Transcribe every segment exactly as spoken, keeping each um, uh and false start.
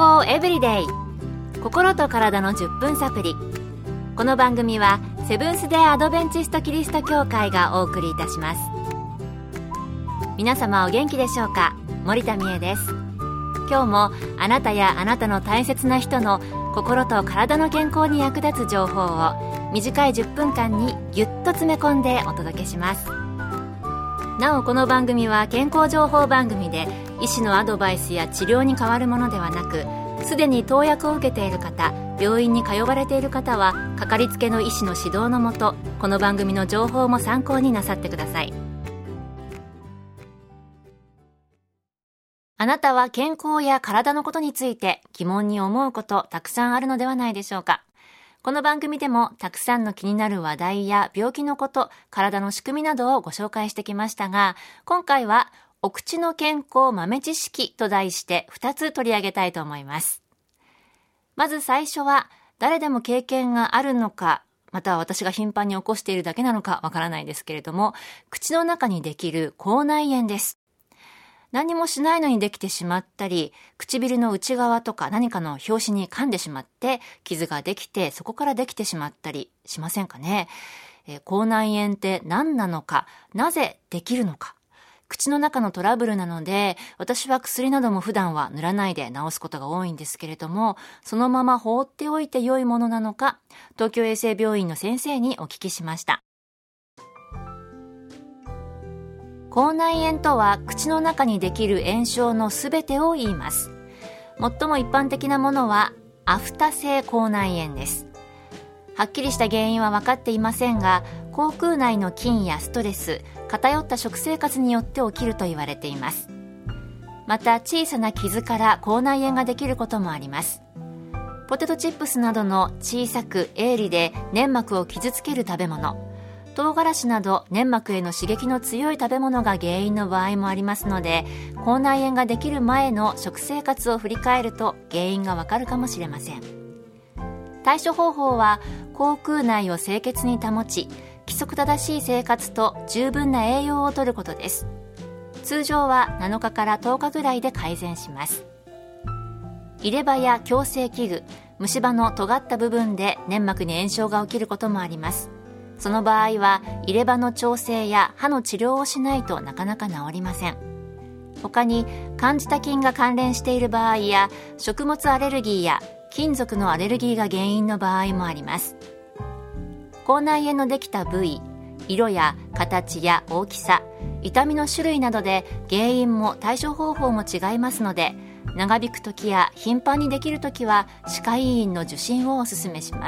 康エブリデイ、心と体のじゅっぷんサプリ。この番組はセブンス・デー・アドベンチスト・キリスト教会がお送りいたします。皆様お元気でしょうか。森田美恵です。今日もあなたやあなたの大切な人の心と体の健康に役立つ情報を短いじゅっぷんかんにぎゅっと詰め込んでお届けします。なおこの番組は健康情報番組で、医師のアドバイスや治療に代わるものではなく、すでに投薬を受けている方、病院に通われている方はかかりつけの医師の指導のもと、この番組の情報も参考になさってください。あなたは健康や体のことについて疑問に思うことたくさんあるのではないでしょうか。この番組でもたくさんの気になる話題や病気のこと、体の仕組みなどをご紹介してきましたが、今回はお口の健康豆知識と題してふたつ取り上げたいと思います。まず最初は、誰でも経験があるのか、または私が頻繁に起こしているだけなのかわからないですけれども、口の中にできる口内炎です。何もしないのにできてしまったり、唇の内側とか何かの拍子に噛んでしまって傷ができて、そこからできてしまったりしませんかね。えー、口内炎って何なのか、なぜできるのか。口の中のトラブルなので、私は薬なども普段は塗らないで治すことが多いんですけれども、そのまま放っておいて良いものなのか、東京衛生病院の先生にお聞きしました。口内炎とは、口の中にできる炎症のすべてを言います。最も一般的なものはアフタ性口内炎です。はっきりした原因は分かっていませんが、口腔内の菌やストレス、偏った食生活によって起きると言われています。また小さな傷から口内炎ができることもあります。ポテトチップスなどの小さく鋭利で粘膜を傷つける食べ物、唐辛子など粘膜への刺激の強い食べ物が原因の場合もありますので、口内炎ができる前の食生活を振り返ると原因がわかるかもしれません。対処方法は、口腔内を清潔に保ち、規則正しい生活と十分な栄養を摂ることです。通常はなのかからとおかぐらいで改善します。入れ歯や矯正器具、虫歯の尖った部分で粘膜に炎症が起きることもあります。その場合は入れ歯の調整や歯の治療をしないとなかなか治りません。他にカンジタ菌が関連している場合や、食物アレルギーや金属のアレルギーが原因の場合もあります。口内炎のできた部位、色や形や大きさ、痛みの種類などで原因も対処方法も違いますので、長引くときや頻繁にできるときは歯科医院の受診をお勧めします。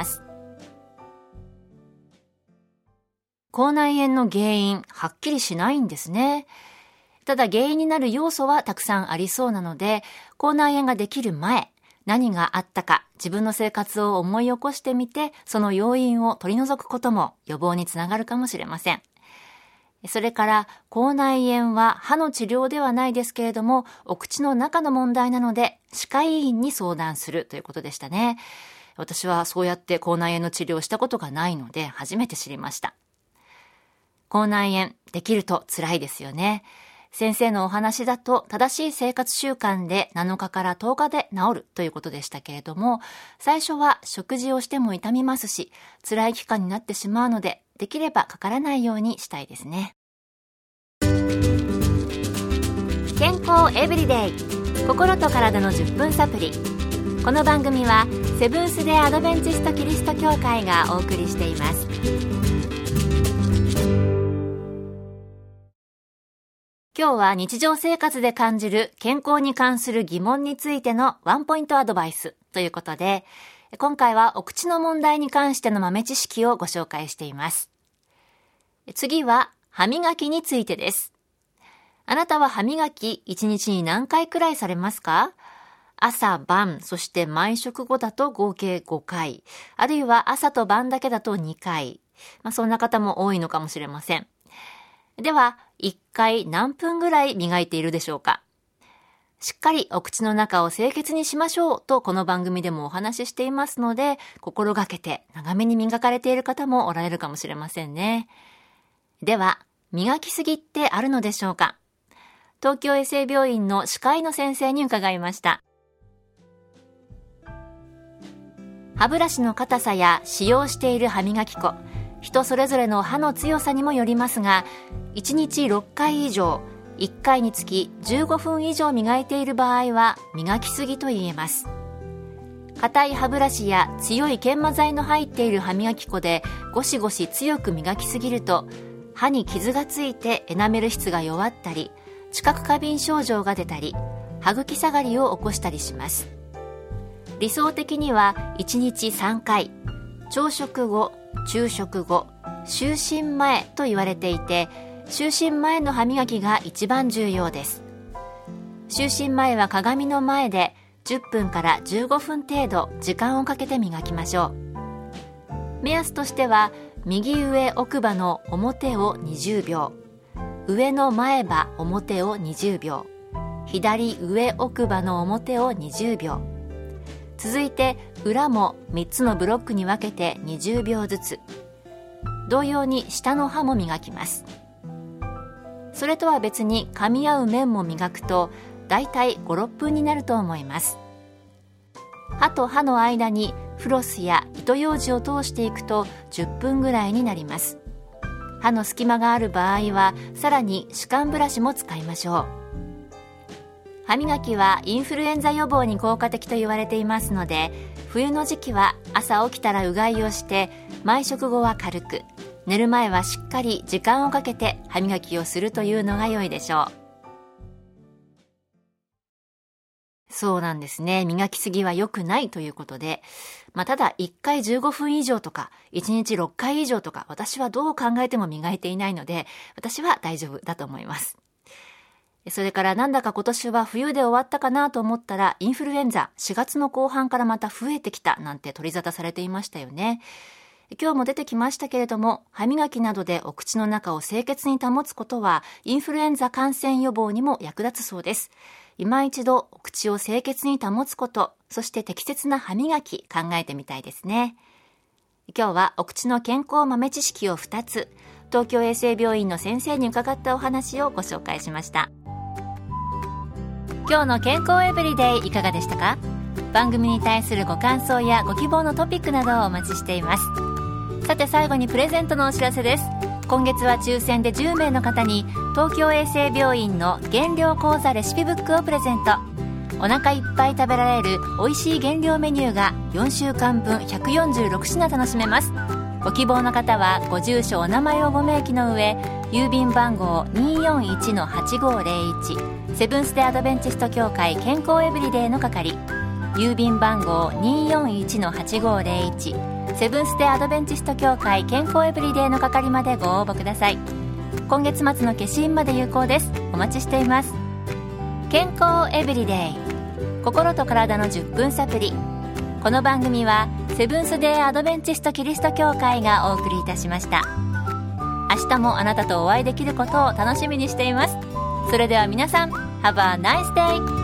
口内炎の原因、はっきりしないんですね。ただ原因になる要素はたくさんありそうなので、口内炎ができる前、何があったか自分の生活を思い起こしてみて、その要因を取り除くことも予防につながるかもしれません。それから口内炎は歯の治療ではないですけれども、お口の中の問題なので歯科医院に相談するということでしたね。私はそうやって口内炎の治療をしたことがないので初めて知りました。口内炎できると辛いですよね。先生のお話だと正しい生活習慣でなのかからとおかで治るということでしたけれども、最初は食事をしても痛みますし、辛い期間になってしまうので、できればかからないようにしたいですね。健康エブリデイ、心と体のじゅっぷんサプリ。この番組はセブンス・デー・アドベンチスト・キリスト教会がお送りしています。今日は日常生活で感じる健康に関する疑問についてのワンポイントアドバイスということで、今回はお口の問題に関しての豆知識をご紹介しています。次は歯磨きについてです。あなたは歯磨きいちにちに何回くらいされますか？朝晩、そして毎食後だと合計ごかい、あるいは朝と晩だけだとにかい、まあ、そんな方も多いのかもしれません。では、いっかい何分ぐらい磨いているでしょうか？しっかりお口の中を清潔にしましょうとこの番組でもお話ししていますので、心がけて長めに磨かれている方もおられるかもしれませんね。では、磨きすぎってあるのでしょうか？東京衛生病院の歯科医の先生に伺いました。 歯ブラシの硬さや使用している歯磨き粉、人それぞれの歯の強さにもよりますが、いちにちろっかい以上、いっかいにつきじゅうごふん以上磨いている場合は磨きすぎと言えます。硬い歯ブラシや強い研磨剤の入っている歯磨き粉でゴシゴシ強く磨きすぎると、歯に傷がついてエナメル質が弱ったり、知覚過敏症状が出たり、歯茎下がりを起こしたりします。理想的にはいちにちさんかい、朝食後、昼食後、就寝前と言われていて、就寝前の歯磨きが一番重要です。就寝前は鏡の前でじゅっぷんからじゅうごふん程度時間をかけて磨きましょう。目安としては、右上奥歯の表をにじゅうびょう、上の前歯表をにじゅうびょう、左上奥歯の表をにじゅうびょう、続いて裏もみっつのブロックに分けてにじゅうびょうずつ、同様に下の歯も磨きます。それとは別に噛み合う面も磨くとだいたいご、ろっぷんになると思います。歯と歯の間にフロスや糸ようじを通していくとじゅっぷんぐらいになります。歯の隙間がある場合はさらに歯間ブラシも使いましょう。歯磨きはインフルエンザ予防に効果的と言われていますので、冬の時期は朝起きたらうがいをして、毎食後は軽く、寝る前はしっかり時間をかけて歯磨きをするというのが良いでしょう。そうなんですね。磨きすぎは良くないということで、まあ、ただいっかいじゅうごふん以上とかいちにちろっかい以上とか、私はどう考えても磨いていないので、私は大丈夫だと思います。それからなんだか今年は冬で終わったかなと思ったら、インフルエンザしがつの後半からまた増えてきたなんて取り沙汰されていましたよね。今日も出てきましたけれども、歯磨きなどでお口の中を清潔に保つことはインフルエンザ感染予防にも役立つそうです。今一度お口を清潔に保つこと、そして適切な歯磨き考えてみたいですね。今日はお口の健康豆知識をふたつ、東京衛生病院の先生に伺ったお話をご紹介しました。今日の健康エブリデイいかがでしたか？番組に対するご感想やご希望のトピックなどをお待ちしています。さて最後にプレゼントのお知らせです。今月は抽選でじゅうめいの方に東京衛生病院の減量講座レシピブックをプレゼント。お腹いっぱい食べられる美味しい減量メニューがよんしゅうかんぶんひゃくよんじゅうろくしな楽しめます。ご希望の方はご住所お名前をご明記の上、郵便番号 にーよんいちのはちごーぜろいち セブンス・デ・アドベンチスト協会健康エブリデイの係、郵便番号 にーよんいちのはちごーぜろいち セブンス・デ・アドベンチスト協会健康エブリデイの係までご応募ください。今月末の消印まで有効です。お待ちしています。健康エブリデイ、心と体のじゅっぷんサプリ。この番組はセブンス・デー・アドベンチスト・キリスト教会がお送りいたしました。明日もあなたとお会いできることを楽しみにしています。それでは皆さん、Have a nice day!